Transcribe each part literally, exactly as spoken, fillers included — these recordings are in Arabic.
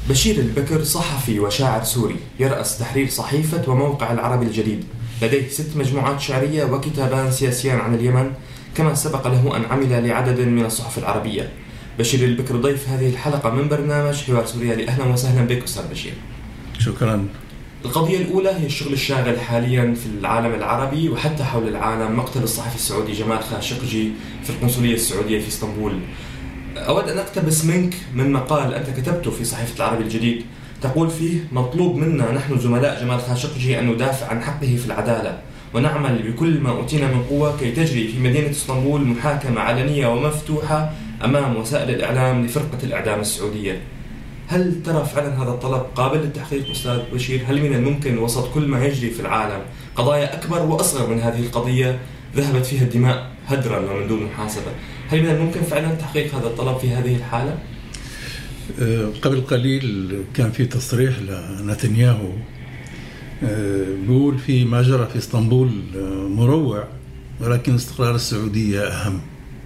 بشير البكر صحفي وشاعر سوري يرأس تحرير صحيفة وموقع العربي الجديد، لديه ست مجموعات شعرية وكتابان سياسيان عن اليمن، كما سبق له أن عمل لعدد من الصحف العربية. بشير البكر ضيف هذه الحلقة من برنامج حوار سوريالي. أهلا وسهلا بك أستاذ بشير. شكرا. القضية الأولى هي الشغل الشاغل حاليا في العالم العربي وحتى حول العالم، مقتل الصحفي السعودي جمال خاشقجي في القنصلية السعودية في اسطنبول. أود أن أقتبس منك من مقال أنت كتبته في صحيفة العربي الجديد، تقول فيه: مطلوب منا نحن زملاء جمال خاشقجي أن ندافع عن حقه في العدالة ونعمل بكل ما أوتينا من قوة كي تجري في مدينة اسطنبول محاكمة علنية ومفتوحة أمام وسائل الإعلام لفرقة الإعدام السعودية. هل ترى فعلا هذا الطلب قابل للتحقيق أستاذ بشير؟ هل من الممكن وسط كل ما يجري في العالم قضايا أكبر وأصغر من هذه القضية ذهبت فيها الدماء هدرا ومن دون محاسبة، هل من الممكن فعلا تحقيق هذا الطلب في هذه الحالة؟ قبل قليل كان في تصريح لنتنياهو بيقول في ما جرى في اسطنبول مروع ولكن استقرار السعودية أهم.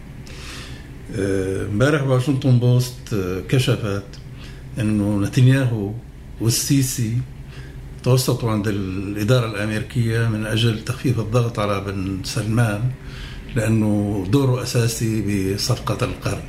امبارح واشنطن بوست كشفت أنه نتنياهو والسيسي توسطوا عند الإدارة الأمريكية من أجل تخفيف الضغط على بن سلمان لأنه دوره أساسي بصفقة القرن.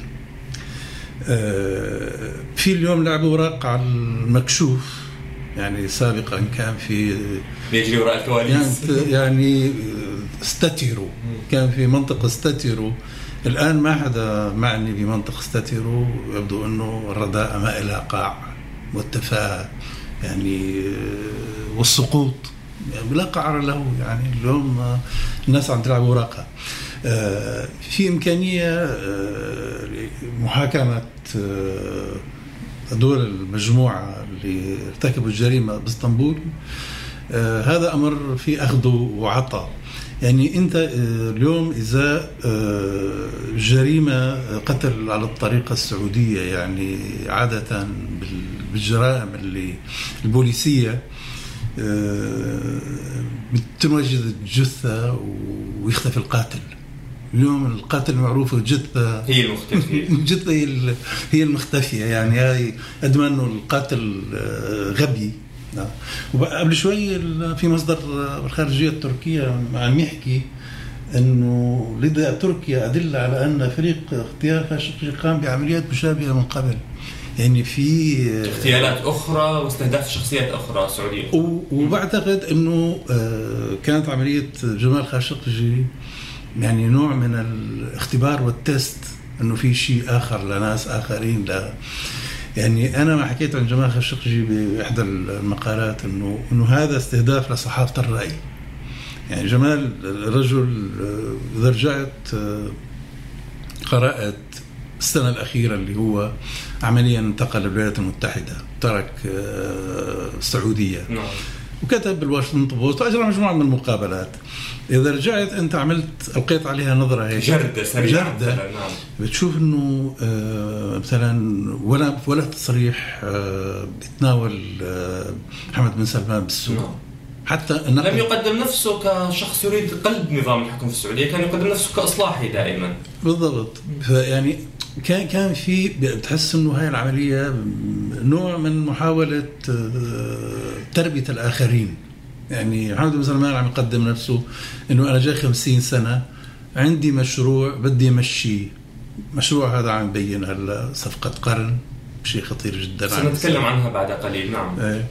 في اليوم لعبوا ورق على المكشوف، يعني سابقا كان في بيجري وراء الكواليس، يعني استتروا، كان في منطقة استتروا. الآن ما حدا معني بمنطقة استتروا، يبدو أنه الرداء ما إلها قاع والتفاهة يعني والسقوط يعني لا قعر له. يعني اليوم الناس عم تلعب ورقة. في إمكانية محاكمة هذول المجموعة اللي ارتكبوا الجريمة باسطنبول. هذا أمر في أخذ وعطاء. يعني أنت اليوم إذا جريمة قتل على الطريقة السعودية، يعني عادة بالجرائم اللي البوليسية بتنوجد الجثة ويختفي القاتل. اليوم القاتل معروف الجثة هي المختفية الجثة هي المختفية. يعني هاي قد ما إنه القاتل غبي. وقبل شوي في مصدر الخارجية التركية عم يحكي إنه لدى تركيا أدلة على أن فريق اغتيال خاشقجي قام بعمليات مشابهة من قبل. يعني في اغتيالات أخرى واستهداف شخصيات أخرى سعودية. وبعتقد إنه كانت عملية جمال خاشقجي يعني نوع من الاختبار والتست، إنه في شيء آخر لناس آخرين. لا يعني أنا ما حكيت عن جمال خاشقجي بإحدى المقالات إنه إنه هذا استهداف لصحافة الرأي. يعني جمال الرجل إذا رجعت قرأت السنة الأخيرة اللي هو عمليا انتقل للولايات المتحدة، ترك السعودية وكتب بالواشنطن بوست وأجرى مجموعة من المقابلات. إذا رجعت أنت عملت ألقيت عليها نظرة هيك جردة سريعة جردة بتشوف إنه آه مثلا ولا ولا تصريح آه بيتناول آه محمد بن سلمان بالسوق. نعم. حتى لم يقدم نفسه كشخص يريد قلب نظام الحكم في السعودية، كان يقدم نفسه كإصلاحي دائما. بالضبط. فيعني كان كان في بتحس إنه هاي العملية نوع من محاولة تربية الآخرين. يعني محمد بن سلمان عم يقدم نفسه إنه أنا جاي خمسين سنة عندي مشروع بدي أمشي. مشروع هذا عم يبين هلا صفقة قرن، شيء خطير جدا سنتكلم عنها بعد قليل. نعم. أه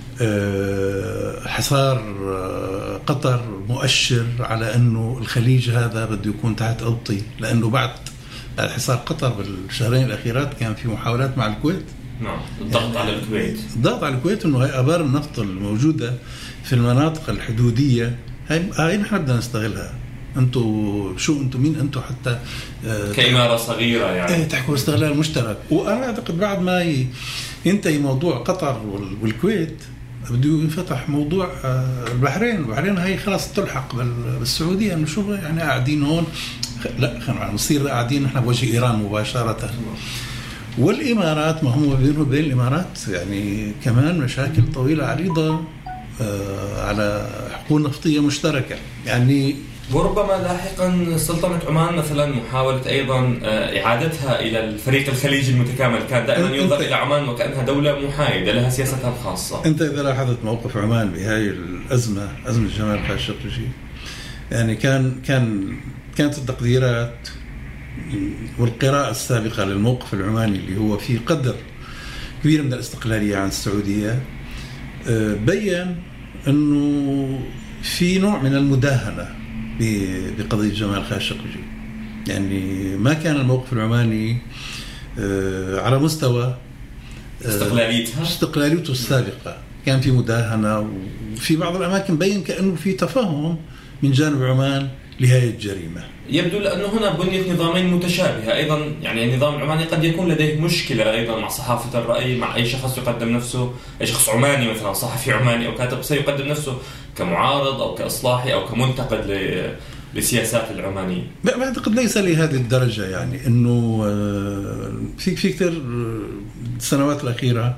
حصار قطر مؤشر على أنه الخليج هذا بده يكون تحت أوطي، لأنه بعد حصار قطر بالشهرين الأخيرات كان في محاولات مع الكويت. نعم. الضغط يعني على الكويت الضغط على الكويت إنه هاي آبار النفط الموجودة في المناطق الحدودية هاي هاي نحن بدنا نستغلها. أنتوا شو أنتوا مين أنتوا حتى كإمارة صغيرة يعني إيه تحكوا استغلال مشترك. وأنا أعتقد بعد ما ينتهي موضوع قطر والكويت بده ينفتح موضوع البحرين. البحرين هاي خلاص تلحق بالسعودية. إنه شو يعني قاعدين هون؟ لا خلينا نصير قاعدين نحن بوجه إيران مباشرة. والإمارات ما هم بينهم بين الإمارات يعني كمان مشاكل طويلة عريضة على حقوق نفطية مشتركة. يعني وربما لاحقا سلطنة عمان مثلا محاولة أيضا إعادتها إلى الفريق الخليجي المتكامل. كان دائما ينظر إلى عمان وكأنها دولة محايدة لها سياستها الخاصة. أنت إذا لاحظت موقف عمان بهاي الأزمة، أزمة جمال خاشقجي، يعني كان كان كانت التقديرات والقراءة السابقة للموقف العماني اللي هو في قدر كبير من الاستقلالية عن السعودية بيّن أنه في نوع من المداهنة بقضية جمال خاشقجي. يعني ما كان الموقف العماني على مستوى استقلاليتها استقلاليته السابقة، كان في مداهنة، وفي بعض الأماكن بيّن كأنه في تفهم من جانب عمان لهذه الجريمة. يبدو لأنه هنا بنية نظامين متشابهة أيضا. يعني النظام العماني قد يكون لديه مشكلة أيضا مع صحافة الرأي، مع أي شخص يقدم نفسه، أي شخص عماني مثلا صحفي عماني أو كاتب سيقدم نفسه كمعارض أو كإصلاحي أو كمنتقد لسياسات العمانية. أعتقد ليس لهذه الدرجة، يعني إنه في في كثير السنوات الأخيرة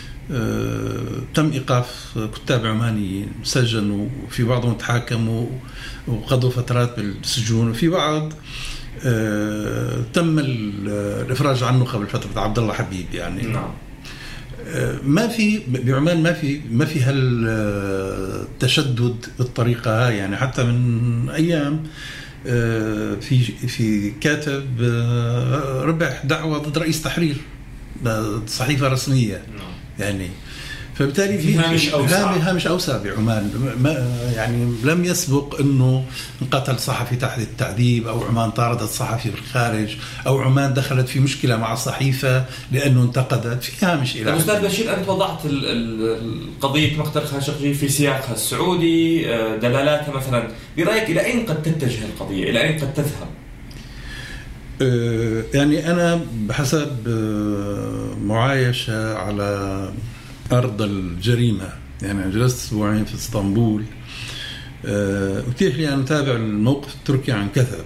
تم إيقاف كتاب عمانيين، سجنوا، وفي بعضهم تحاكموا وقضوا فترات بالسجون، وفي بعض تم الإفراج عنه قبل فترة. عبد الله حبيب يعني نعم. ما في بعمان ما في ما في هالتشدد بالطريقة هاي. يعني حتى من أيام في في كاتب ربح دعوة ضد رئيس تحرير، صحيفة رسمية يعني. فبالتالي في هامش أوسع هامش أوسع بعمان. ما يعني لم يسبق إنه انقتل صحفي تحت التعذيب، أو عمان طاردت صحفي في الخارج، أو عمان دخلت في مشكلة مع صحيفة لأنه انتقدت. في هامش إلى أستاذ بشير، أنت وضعت قضية مقتل خاشقجي في سياقها السعودي، دلالاتها مثلا، برأيك إلى أين قد تتجه القضية؟ إلى أين قد تذهب؟ يعني أنا بحسب معايشة على أرض الجريمة، يعني جلست أسبوعين في اسطنبول، أتيح لي أن أتابع الموقف التركي عن كثب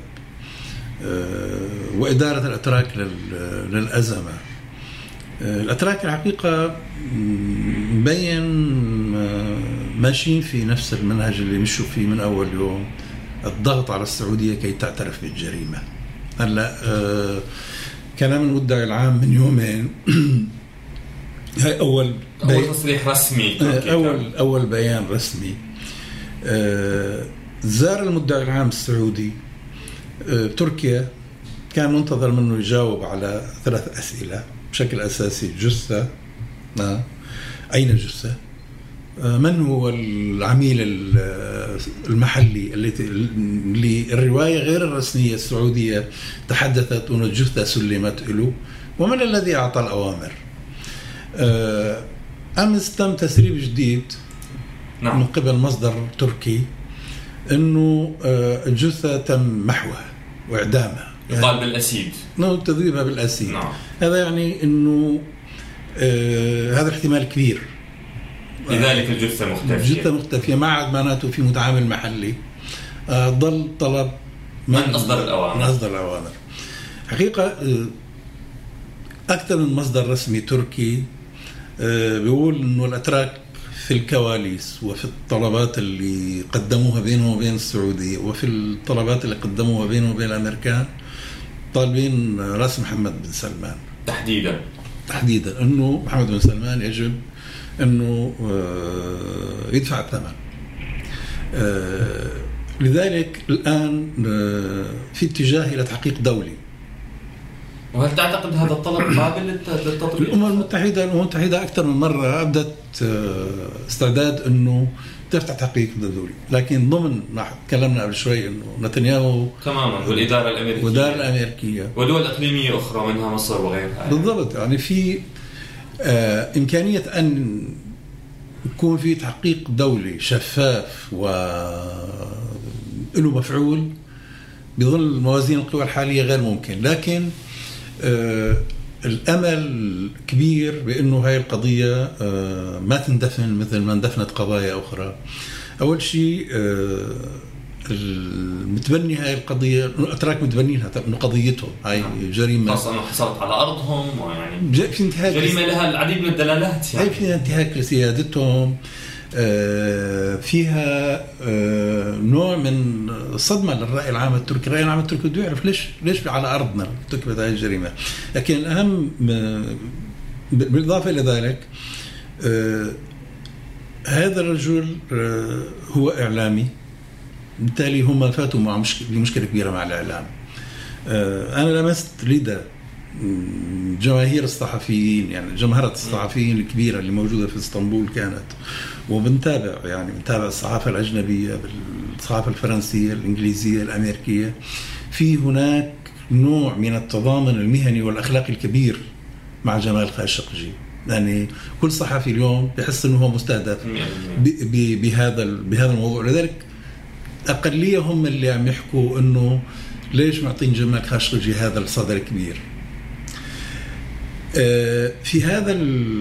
وإدارة الأتراك للأزمة. الأتراك الحقيقة مبين ماشيين في نفس المنهج اللي مشوا فيه من أول يوم، الضغط على السعودية كي تعترف بالجريمة. هلا كلام المدعي العام من يومين هاي أول بي... أول تصريح رسمي أول أول بيان رسمي. زار المدعي العام السعودي تركيا، كان منتظر منه يجاوب على ثلاث أسئلة بشكل أساسي: جثة، أين الجثة؟ من هو العميل المحلي التي اللي الرواية غير الرسمية السعودية تحدثت أن الجثة سلمت له؟ ومن الذي أعطى الأوامر؟ أمس تم تسريب جديد نعم. من قبل مصدر تركي أنه الجثة تم محوها وإعدامها، يقال يعني بالأسيد، نعم، تذويبها بالأسيد. نعم. هذا يعني أنه هذا احتمال كبير، لذلك الجثة مختفية. الجثة مختفية، ما عاد معناته في متعامل محلي. ضل طلب من أصدر الأوامر. من أصدر الأوامر. حقيقة أكثر من مصدر رسمي تركي بيقول إنه الأتراك في الكواليس وفي الطلبات اللي قدموها بينهم وبين السعودية وفي الطلبات اللي قدموها بينهم وبين الأمريكان طالبين رأس محمد بن سلمان تحديدا تحديدا إنه محمد بن سلمان يجب إنه يدفع الثمن. لذلك الآن في اتجاه إلى تحقيق دولي. وهل تعتقد هذا الطلب قابل للتطبيق؟ الأمم المتحدة الأمم المتحدة أكثر من مرة أبدت استعداد إنه تفتح تحقيق دولي، لكن ضمن ما تكلمنا قبل شوي إنه نتنياهو تماما والإدارة الأمريكية والإدارة الأمريكية ودول إقليمية أخرى منها مصر وغيرها. بالضبط، يعني في آه إمكانية أن يكون في تحقيق دولي شفاف وله مفعول بظل موازين القوى الحالية غير ممكن، لكن آه الأمل كبير بأنه هاي القضية آه ما تندفن مثل ما اندفنت قضايا أخرى. أول شيء آه المتبني هاي القضية، الأتراك متبنينها إنه قضيتهم هاي جريمة، خاصة أنه حصلت على أرضهم، ويعني في انتهاك جريمة لها العديد من الدلالات، يعني هاي في انتهاك لسيادتهم. فيها نوع من الصدمة للرأي العام التركي. الرأي العام التركي بده يعرف ليش ليش على أرضنا ارتكبت هذه الجريمة. لكن الأهم بالإضافة إلى ذلك هذا الرجل هو إعلامي، بالتالي هم فاتوا مع مشكلة كبيرة مع الإعلام. أنا لمست لدى جماهير الصحفيين، يعني جمهرة الصحفيين الكبيرة اللي موجودة في اسطنبول كانت، وبنتابع يعني بنتابع الصحافة الأجنبية بالصحافة الفرنسية الإنجليزية الأمريكية، في هناك نوع من التضامن المهني والأخلاقي الكبير مع جمال خاشقجي. يعني كل صحفي اليوم بيحس إنه هو مستهدف بهذا بهذا الموضوع. لذلك أقلية هم اللي عم يحكوا إنه ليش معطين جمال خاشقجي هذا الصدى الكبير. في هذا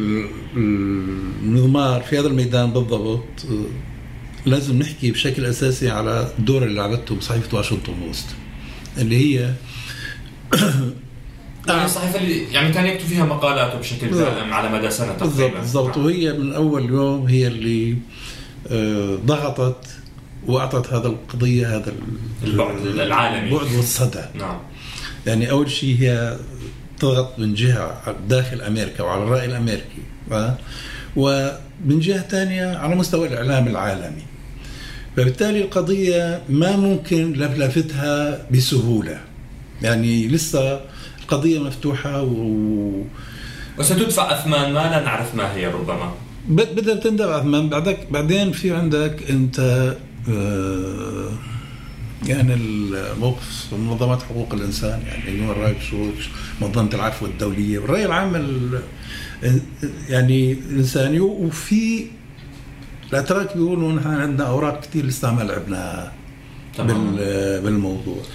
المضمار، في هذا الميدان بالضبط، لازم نحكي بشكل أساسي على الدور اللي لعبته بصحيفة واشنطن بوست، اللي هي يعني الصحيفة اللي يعني كان يكتب فيها مقالاته بشكل دائم على مدى سنة تقريبا. بالضبط. وهي من أول يوم هي اللي ضغطت وأعطت هذا القضية هذا البعد العالمي، البعد والصدى. نعم. يعني أول شيء هي تضغط من جهة داخل أمريكا وعلى الرأي الأمريكي، ومن جهة تانية على مستوى الإعلام العالمي. فبالتالي القضية ما ممكن لفلفتها بسهولة، يعني لسه القضية مفتوحة و... وستدفع أثمان ما لا نعرف ما هي. ربما بدأ تندفع أثمان. بعدك بعدين في عندك أنت آه يعني الموقف منظمات حقوق الإنسان، يعني هيومن رايتس ووتش، منظمة العفو الدولية، والرأي العام يعني الإنساني. وفي الأتراك بيقولوا نحن عندنا أوراق كتير لسه ما لعبناها بالموضوع.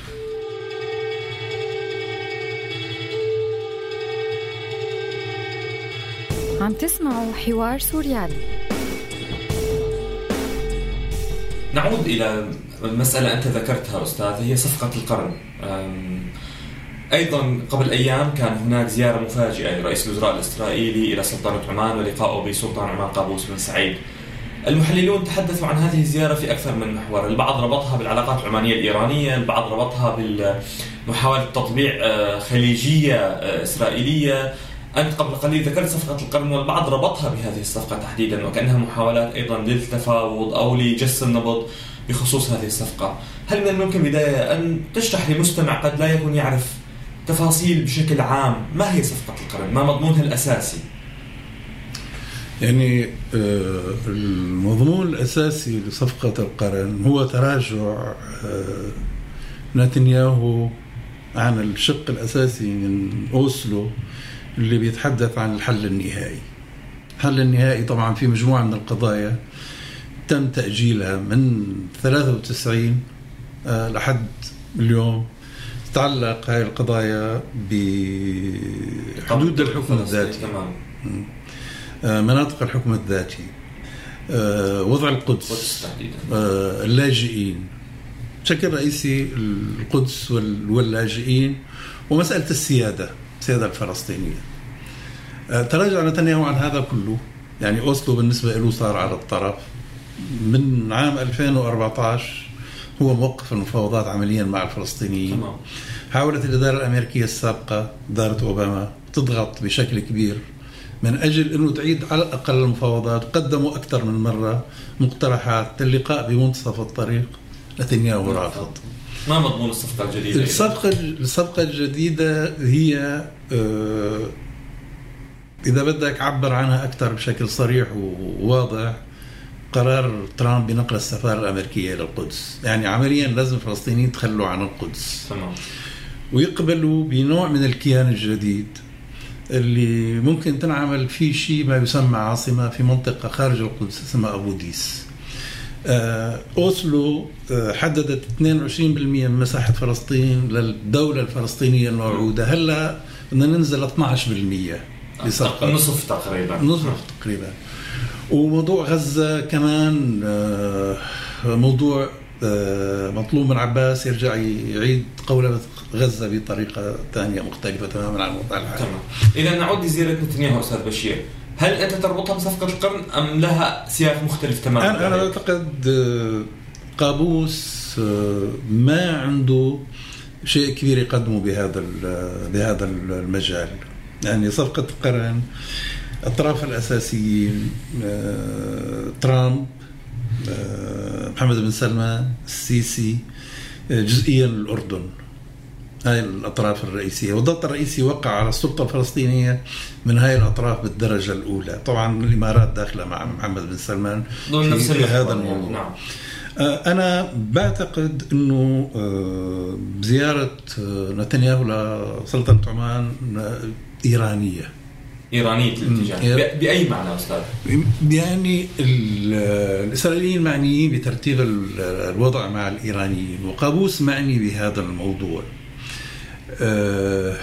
عم تسمعوا حوار سوريالي. نعود إلى المسألة أنت ذكرتها أستاذ، هي صفقة القرن. أيضا قبل أيام كان هناك زيارة مفاجئة لرئيس الوزراء الإسرائيلي إلى سلطنة عمان ولقائه بسلطان عمان قابوس بن سعيد. المحللون تحدثوا عن هذه الزيارة في أكثر من محور، البعض ربطها بالعلاقات العمانية الإيرانية، البعض ربطها بمحاولة تطبيع خليجية إسرائيلية. أنت قبل قليل ذكرت صفقة القرن، والبعض ربطها بهذه الصفقة تحديدا وكأنها محاولات أيضا للتفاوض أو لجس النبض بخصوص هذه الصفقة. هل من الممكن بداية أن تشرح لمستمع قد لا يكون يعرف تفاصيل بشكل عام ما هي صفقة القرن، ما مضمونها الأساسي؟ يعني المضمون الأساسي لصفقة القرن هو تراجع نتنياهو عن الشق الأساسي من أوسلو اللي بيتحدث عن الحل النهائي. الحل النهائي طبعا في مجموعة من القضايا تم تأجيلها من ثلاثة وتسعين لحد اليوم. تتعلق هذه القضايا بحدود الحكم الذاتي، مناطق الحكم الذاتي، وضع القدس، اللاجئين بشكل رئيسي، القدس واللاجئين، ومسألة السيادة السيادة الفلسطينية. تراجع نتنياهو عن هذا كله. يعني أوسلو بالنسبة له صار على الطرف. من عام ألفين وأربعة عشر هو موقف المفاوضات عمليا مع الفلسطينيين. حاولت الإدارة الأمريكية السابقة إدارة أوباما تضغط بشكل كبير من أجل أنه تعيد على الأقل المفاوضات. قدموا أكثر من مرة مقترحات اللقاء بمنتصف الطريق، نتنياهو رافض. ما مضمون الصفقة الجديدة؟ الصفقة الصفقة الجديدة هي آه إذا بدك عبر عنها أكثر بشكل صريح وواضح، قرار ترامب بنقل السفارة الأمريكية إلى القدس. يعني عمليا لازم الفلسطينيين يتخلوا عن القدس تمام، ويقبلوا بنوع من الكيان الجديد اللي ممكن تنعمل فيه شيء ما يسمى عاصمة في منطقة خارج القدس اسمها أبو ديس. أوسلو حددت اثنين وعشرين بالمئة من مساحة فلسطين للدولة الفلسطينية الموعودة. هلا بدنا ننزل اثني عشر بالمئة، نصف تقريبا نصف تقريبا. وموضوع غزة كمان موضوع مطلوب من عباس يرجع يعيد قولة غزة بطريقة ثانية مختلفة تماما عن الوضع الحالي. تمام. إذا نعود لزيارة نتنياهو أستاذ بشير، هل أنت تربطها بصفقة القرن أم لها سياق مختلف تماما؟ أنا, أنا أعتقد قابوس ما عنده شيء كبير يقدمه بهذا بهذا المجال. يعني صفقة القرن الأطراف الأساسيين ترامب، محمد بن سلمان، السيسي، جزئيا الأردن، هاي الأطراف الرئيسية. والضغط الرئيسي وقع على السلطة الفلسطينية من هاي الأطراف بالدرجة الأولى. طبعا الإمارات داخلة مع محمد بن سلمان في هذا الموضوع. نعم. أنا بعتقد أنه زيارة نتنياهو لسلطنة عمان إيرانية إيرانية الاتجاه. بأي معنى أستاذ؟ يعني الإسرائيليين معنيين بترتيب الوضع مع الإيرانيين، وقابوس معني بهذا الموضوع. أه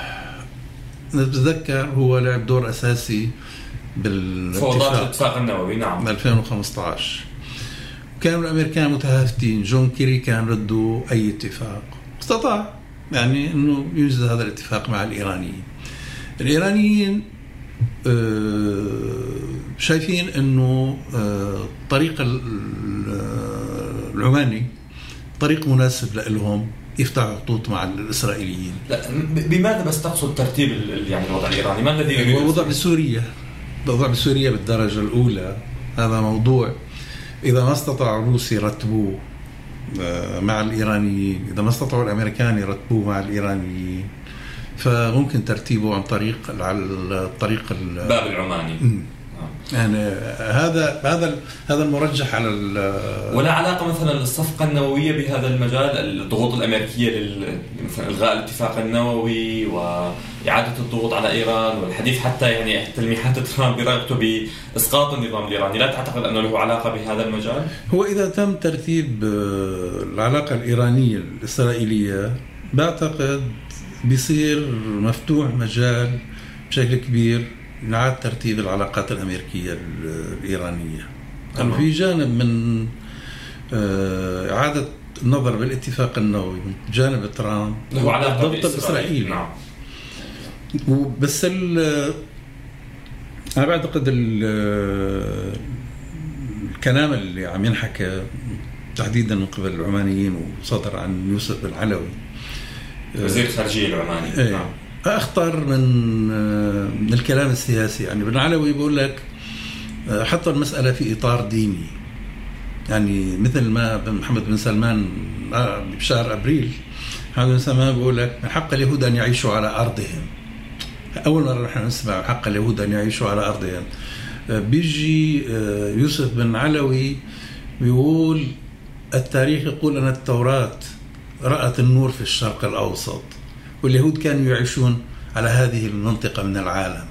نتذكر هو لعب دور أساسي بالاتفاق الاتفاق النووي. نعم. ألفين وخمسة عشر كانوا الأمريكان متهافتين، جون كيري كان رده أي اتفاق، استطاع يعني أنه ينجز هذا الاتفاق مع الإيرانيين. الإيرانيين شايفين أنه طريق العماني طريق مناسب لهم يفتح خطوط مع الإسرائيليين. لا، بماذا بس تقصد ترتيب يعني الوضع الإيراني؟ ما الذي يريد؟ الوضع بسوريا، الوضع بسوريا بالدرجة الأولى. هذا موضوع إذا ما استطاع الروس يرتبوه مع الإيرانيين، إذا ما استطاعوا الأمريكان يرتبوه مع الإيرانيين، فممكن ترتيبه عن طريق على الطريق الباب العماني. يعني هذا هذا هذا المرجح على. ولا علاقة مثلا الصفقة النووية بهذا المجال، الضغوط الأمريكية مثلا إلغاء الاتفاق النووي وإعادة الضغوط على إيران، والحديث حتى يعني تلميحات ترامب برغبته بإسقاط النظام الإيراني، لا تعتقد أنه له علاقة بهذا المجال؟ هو إذا تم ترتيب العلاقة الإيرانية الإسرائيلية بعتقد بيصير مفتوح مجال بشكل كبير نعاد ترتيب العلاقات الأمريكية الإيرانية. أما في جانب من إعادة النظر بالاتفاق النووي من جانب ترامب له علاقة بالضبط الإسرائيلي. نعم. بس أنا بعتقد الكلام اللي عم ينحكى تحديدا من قبل العمانيين وصدر عن يوسف بن علوي وزير الخارجية العماني. ايه. نعم. أخطر من من الكلام السياسي. يعني بن علوي بيقول لك حط المسألة في إطار ديني، يعني مثل ما محمد بن سلمان بشهر أبريل محمد بن سلمان بيقول لك من حق اليهود أن يعيشوا على أرضهم. أول مرة نحن نسمع حق اليهود أن يعيشوا على أرضهم. بيجي يوسف بن علوي بيقول التاريخ يقول أن التوراة رأت النور في الشرق الأوسط، واليهود كانوا يعيشون على هذه المنطقة من العالم.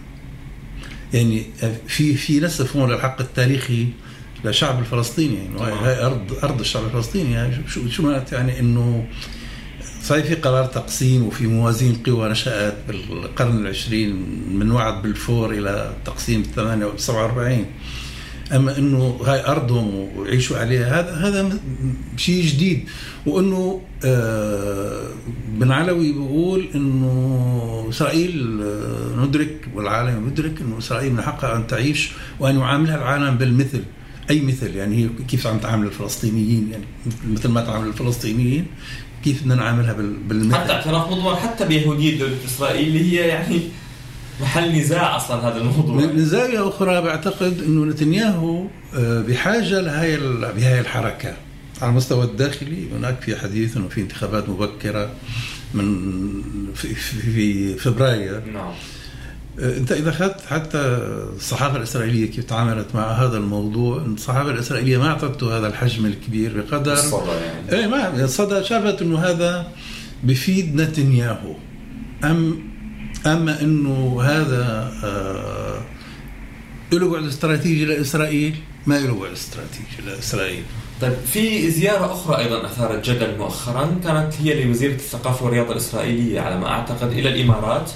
يعني في في نسف هون للحق التاريخي للشعب الفلسطيني. يعني هاي أرض أرض الشعب الفلسطيني. يعني شو شو معناته؟ يعني إنه صحيح في قرار تقسيم وفي موازين قوى نشأت بالقرن العشرين من وعد بلفور إلى تقسيم ثمانية وسبعة وأربعين، أما إنه هاي أرضهم ويعيشوا عليها هذا هذا شيء جديد. وإنه آه بن علوي بيقول إنه إسرائيل ندرك والعالم يدرك إنه إسرائيل من حقها أن تعيش وأن يعاملها العالم بالمثل، أي مثل. يعني هي كيف عم تعامل الفلسطينيين، يعني مثل ما تعامل الفلسطينيين كيف بدنا نعاملها بالمثل. حتى اعتراف مضمر حتى بيهودية دولة إسرائيل اللي هي يعني محل نزاع أصلا هذا الموضوع. من زاوية أخرى بعتقد إنه نتنياهو بحاجة لهاي بهاي الحركة على المستوى الداخلي. هناك في حديث إنه في انتخابات مبكرة من في, في فبراير. نعم. أنت إذا أخذت حتى الصحافة الإسرائيلية كيف تعاملت مع هذا الموضوع، الصحافة الإسرائيلية ما أعطته هذا الحجم الكبير بقدر الصدى. يعني إيه ما الصدى شافت إنه هذا بفيد نتنياهو. أم أما إنه هذا آه له بعد استراتيجي لإسرائيل، ما له بعد استراتيجي لإسرائيل. طيب في زيارة أخرى أيضا أثارت جدل مؤخرا، كانت هي لوزيرة الثقافة والرياضة الإسرائيلية على ما أعتقد إلى الإمارات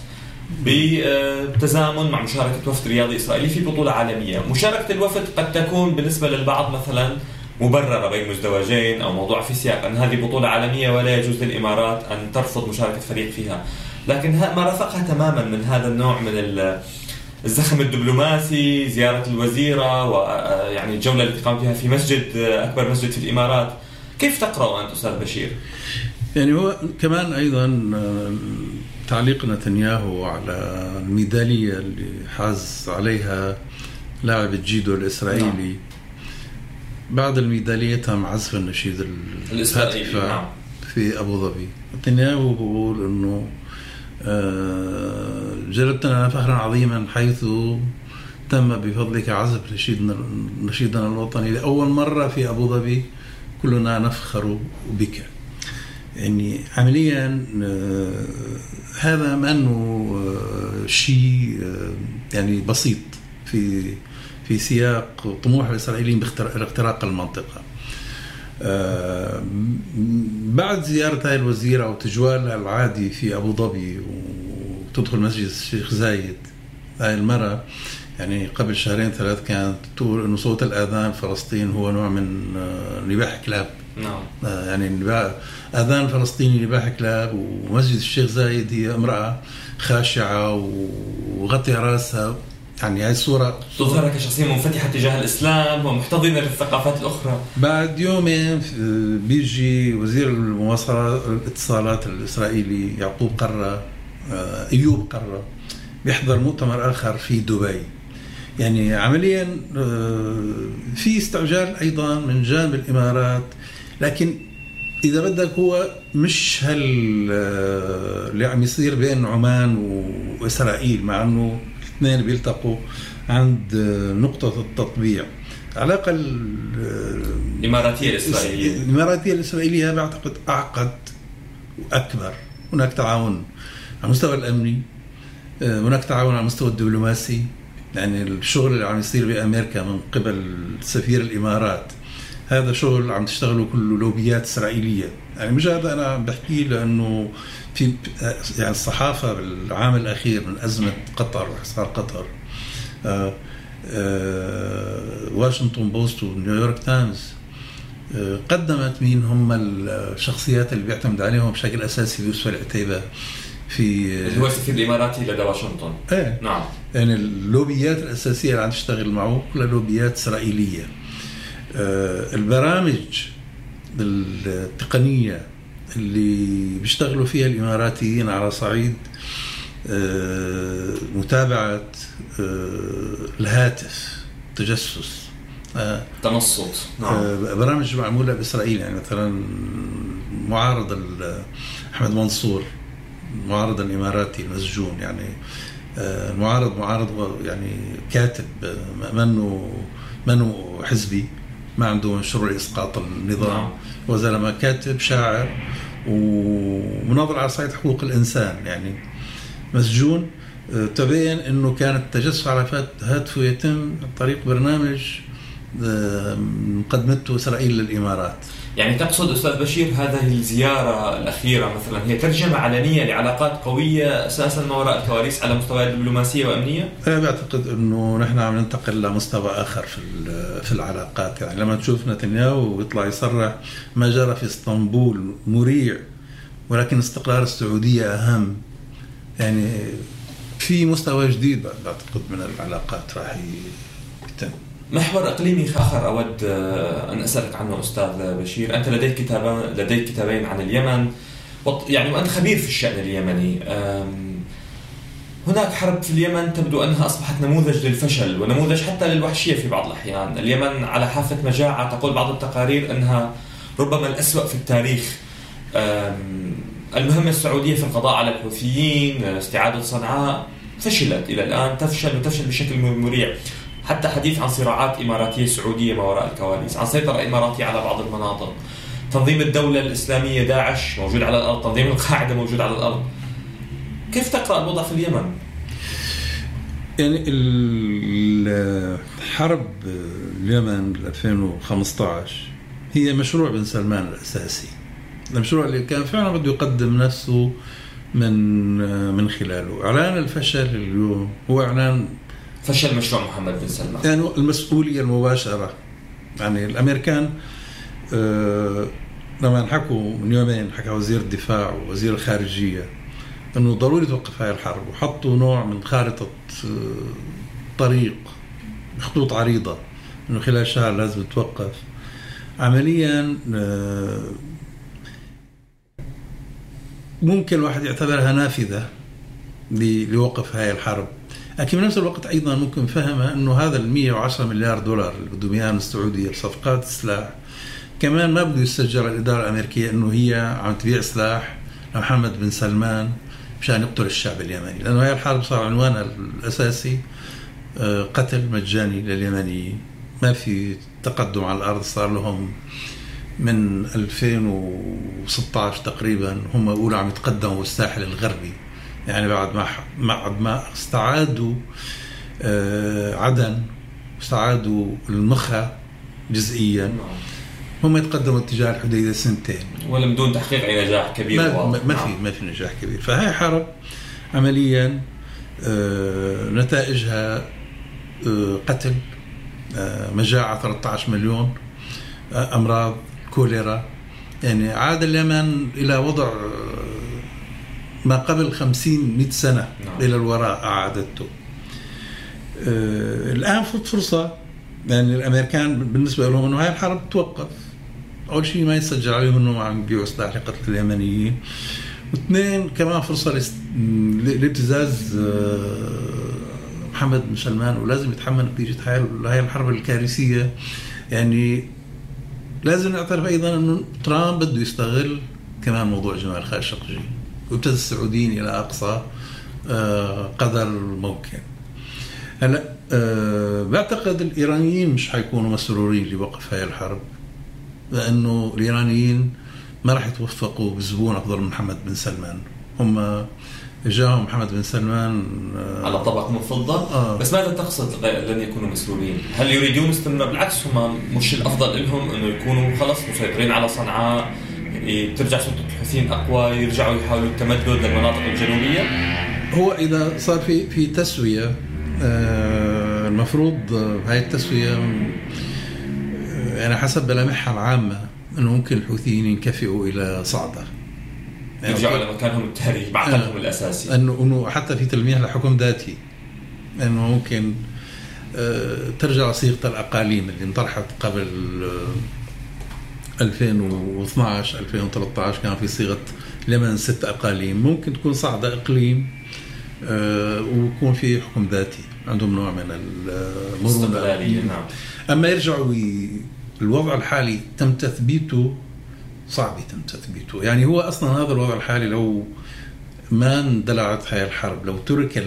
بتزامن مع مشاركة وفد رياضي إسرائيلي في بطولة عالمية. مشاركة الوفد قد تكون بالنسبة للبعض مثلا مبررة بين مزدوجين أو موضوع في سياق أن هذه بطولة عالمية ولا يجوز للإمارات أن ترفض مشاركة فريق فيها، لكن ما رافقها تماما من هذا النوع من الزخم الدبلوماسي، زيارة الوزيرة، ويعني الجولة التي قام فيها في مسجد أكبر مسجد في الإمارات. كيف تقرأ أنت أستاذ بشير؟ يعني هو كمان أيضا تعليق نتنياهو على الميدالية اللي حاز عليها لاعب الجيدو الإسرائيلي نعم. بعد الميدالية تم عزف النشيد الإسرائيلي نعم. في أبو ظبي. نتنياهو بيقول إنه جلبتنا فخرا عظيما حيث تم بفضلك عزف نشيدنا نشيدنا الوطني لأول مرة في أبو ظبي، كلنا نفخر بك. يعني عمليا هذا ما أنه شيء يعني بسيط في في سياق طموح الإسرائيليين باختراق المنطقة. بعد زيارة هاي الوزيرة أو تجوالها العادي في أبو ظبي وتدخل مسجد الشيخ زايد، هاي المرة يعني قبل شهرين ثلاث كانت تقول إنه صوت الأذان فلسطين هو نوع من نباح كلاب. نعم. يعني أذان فلسطيني نباح كلاب. ومسجد الشيخ زايد هي امرأة خاشعة وغطي رأسها. يعني هاي الصورة تظهر كشخصية منفتحة تجاه الإسلام ومحتضنة للثقافات الأخرى. بعد يومين بيجي وزير المواصلات الاتصالات الإسرائيلي يعقوب قرة أيوب قرة بيحضر مؤتمر آخر في دبي. يعني عمليا في استعجال أيضا من جانب الإمارات، لكن إذا بدك هو مش هال اللي عم يصير بين عمان وإسرائيل، مع أنه الاثنين بيلتقوا عند نقطة التطبيع. العلاقة الإماراتية الإسرائيلية الإماراتية الإسرائيلية بعتقد أعقد وأكبر. هناك تعاون على المستوى الأمني، هناك تعاون على المستوى الدبلوماسي. يعني الشغل اللي عم يصير بأمريكا من قبل سفير الإمارات هذا شغل عم تشتغله كله لوبيات إسرائيلية. يعني مش هذا أنا بحكي لأنه في يعني الصحافة بالعام الأخير من أزمة قطر وحصار قطر، آآ آآ واشنطن بوست ونيويورك تايمز قدمت مين هم الشخصيات اللي بيعتمد عليهم بشكل أساسي يوسف العتيبة في هو السفير الإماراتي لدى واشنطن. ايه نعم. يعني اللوبيات الأساسية اللي عم تشتغل معه كلها لوبيات إسرائيلية. آه البرامج التقنية اللي بيشتغلوا فيها الإماراتيين على صعيد آه متابعة آه الهاتف، تجسس، آه تنصت. نعم. آه برامج معمولة بإسرائيل. يعني مثلا معارض أحمد منصور، معارض الإماراتي المسجون، يعني المعارض معارض يعني كاتب منه منه حزبي، ما عنده مشروع إسقاط النظام، وزلمة كاتب شاعر ومناضل على صعيد حقوق الإنسان، يعني مسجون. تبين إنه كان التجسس على هاتفه يتم عن طريق برنامج مقدمته إسرائيل للإمارات. يعني تقصد أستاذ بشير هذه الزيارة الأخيرة مثلا هي ترجمة علنية لعلاقات قوية أساسا ما وراء الكواليس على مستوى الدبلوماسية وأمنية؟ أنا بعتقد أنه نحن عم ننتقل لمستوى آخر في في العلاقات. يعني لما تشوف نتنياهو ويطلع يصرح ما جرى في اسطنبول مريع، ولكن استقرار السعودية أهم. يعني في مستوى جديد بعتقد من العلاقات راح يتم. محور إقليمي آخر أود أن أسألك عنه أستاذ بشير. أنت لديك كتابان لديك كتابين عن اليمن، يعني وأنت خبير في الشأن اليمني. هناك حرب في اليمن تبدو أنها أصبحت نموذج للفشل ونموذج حتى للوحشية في بعض الأحيان. اليمن على حافة مجاعة، تقول بعض التقارير أنها ربما الأسوأ في التاريخ. المهمة السعودية في القضاء على الحوثيين، استعادة صنعاء، فشلت إلى الآن، تفشل وتفشل بشكل مريع. حتى حديث عن صراعات إماراتية سعودية ما وراء الكواليس، عن سيطرة إماراتية على بعض المناطق، تنظيم الدولة الإسلامية داعش موجود على الأرض، تنظيم القاعدة موجود على الأرض. كيف تقرأ الوضع في اليمن؟ يعني الحرب اليمن ألفين وخمسة عشر هي مشروع بن سلمان الأساسي، المشروع اللي كان فعلا بده يقدم نفسه من من خلاله. إعلان الفشل اليوم هو إعلان فشل مشروع محمد بن سلمان، يعني المسؤولية المباشرة. يعني الأمريكان آه لما حكوا من يومين، حكى وزير الدفاع ووزير الخارجية أنه ضروري توقف هاي الحرب، وحطوا نوع من خارطة طريق بخطوط عريضة أنه خلال شهر لازم توقف. عمليا ممكن الواحد يعتبرها نافذة لوقف هاي الحرب، لكن بنفس الوقت أيضا ممكن فهمها أنه هذا المية وعشرة مليار دولار اللي بدهم إياها من السعودية بصفقات السلاح كمان ما بده يسجل الإدارة الأمريكية أنه هي عم تبيع سلاح لمحمد بن سلمان مشان يقتل الشعب اليمني، لأنه هاي الحرب صار عنوانها الأساسي قتل مجاني لليمنيين. ما في تقدم على الأرض، صار لهم من ألفين وستة عشر تقريبا هم أولى عم يتقدموا بالساحل الغربي، يعني بعد ما بعد ما استعادوا عدن واستعادوا المخا جزئيا هم يتقدموا اتجاه الحديدة سنتين ولا بدون تحقيق أي نجاح كبير. ما, ما في ما في نجاح كبير. فهي حرب عمليا نتائجها قتل، مجاعة ثلاثة عشر مليون، أمراض كوليرا، يعني عاد اليمن إلى وضع ما قبل خمسين مئة سنة نعم. إلى الوراء أعادته. الآن فوت فرصة يعني الأمريكان بالنسبة لهم أنه هاي الحرب توقف. أول شيء ما يسجل عليهم أنه عم يبيعوا سلاح لقتل اليمنيين، واثنين كمان فرصة لابتزاز محمد بن سلمان، ولازم يتحمل نتيجة هاي الحرب الكارثية. يعني لازم نعترف أيضا أنه ترامب بده يستغل كمان موضوع جمال خاشقجي وابتز السعوديين إلى أقصى قدر ممكن. هلا بعتقد الإيرانيين مش حيكونوا مسرورين لوقف هاي الحرب، لأنه الإيرانيين ما راح يتوفقوا بزبون أفضل من محمد بن سلمان. هم جاءهم محمد بن سلمان على طبق من فضة. آه. بس ماذا تقصد لن يكونوا مسرورين؟ هل يريدون استمرار؟ بالعكس هم مش الأفضل لهم أنه يكونوا خلص مسيطرين على صنعاء، ترجع سلطة الحوثيين أقوى، يرجعوا يحاولوا التمدد للمناطق الجنوبية. هو إذا صار في في تسوية آه المفروض هاي التسوية يعني حسب ملامحها العامة أنه ممكن الحوثيين ينكفئوا إلى صعدة، يعني يرجعوا لمكانهم التاريخي بعقلهم آه الأساسي، أنه أنه حتى في تلميح لحكم ذاتي، أنه ممكن آه ترجع صيغة الأقاليم اللي انطرحت قبل آه ألفين واثني عشر ألفين وثلاثة عشر كان في صيغة اليمن ست أقاليم، ممكن تكون صعدة إقليم آه ويكون في حكم ذاتي عندهم نوع من المرونة. نعم. أما يرجعوا الوضع الحالي تم تثبيته صعب يتم تثبيته. يعني هو أصلا هذا الوضع الحالي لو ما اندلعت هاي الحرب، لو ترك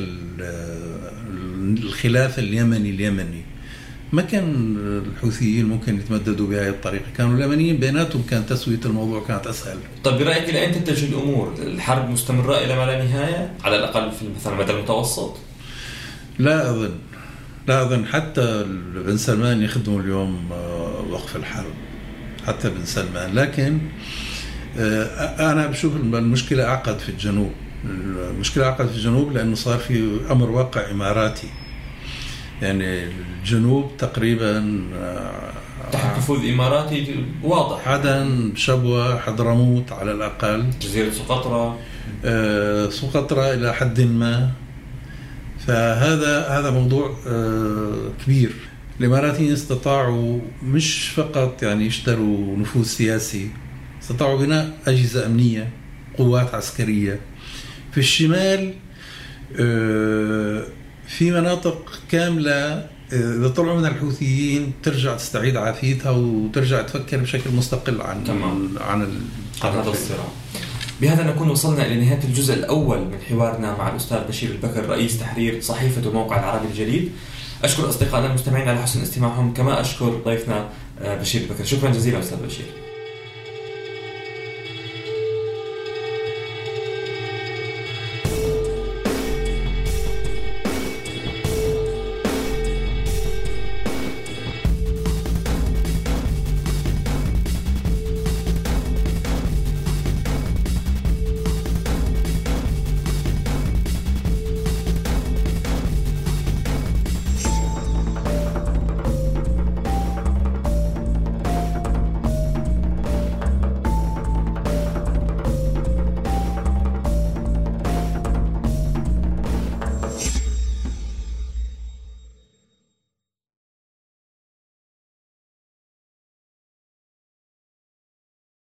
الخلاف اليمني اليمني ما كان الحوثيين ممكن يتمددوا بهذه الطريقة، كانوا اليمنيين بيناتهم كان تسوية الموضوع كانت أسهل. طيب برأيك لأين تتجه الأمور؟ الحرب مستمرة إلى ما لا نهاية على الأقل في مثلا المدى المتوسط؟ لا أظن لا أظن حتى بن سلمان يخدموا اليوم وقف الحرب، حتى بن سلمان. لكن أنا بشوف المشكلة أعقد في الجنوب. المشكلة أعقد في الجنوب لأنه صار في أمر واقع إماراتي، يعني الجنوب تقريبا تحت نفوذ إماراتي واضح، عدن، شبوة، حضرموت على الأقل، جزيرة سقطرى آه سقطرى إلى حد ما. فهذا هذا موضوع آه كبير. الإماراتيين استطاعوا مش فقط يعني يشتروا نفوذ سياسي، استطاعوا بناء أجهزة أمنية، قوات عسكرية في الشمال آه في مناطق كاملة. إذا طلعوا من الحوثيين ترجع تستعيد عافيتها وترجع تفكر بشكل مستقل عن تمام. عن هذا الصراع. بهذا نكون وصلنا إلى نهاية الجزء الأول من حوارنا مع الأستاذ بشير البكر، رئيس تحرير صحيفة وموقع العربي الجديد. أشكر أصدقائنا المستمعين على حسن استماعهم، كما أشكر ضيفنا بشير البكر. شكرا جزيلا أستاذ بشير.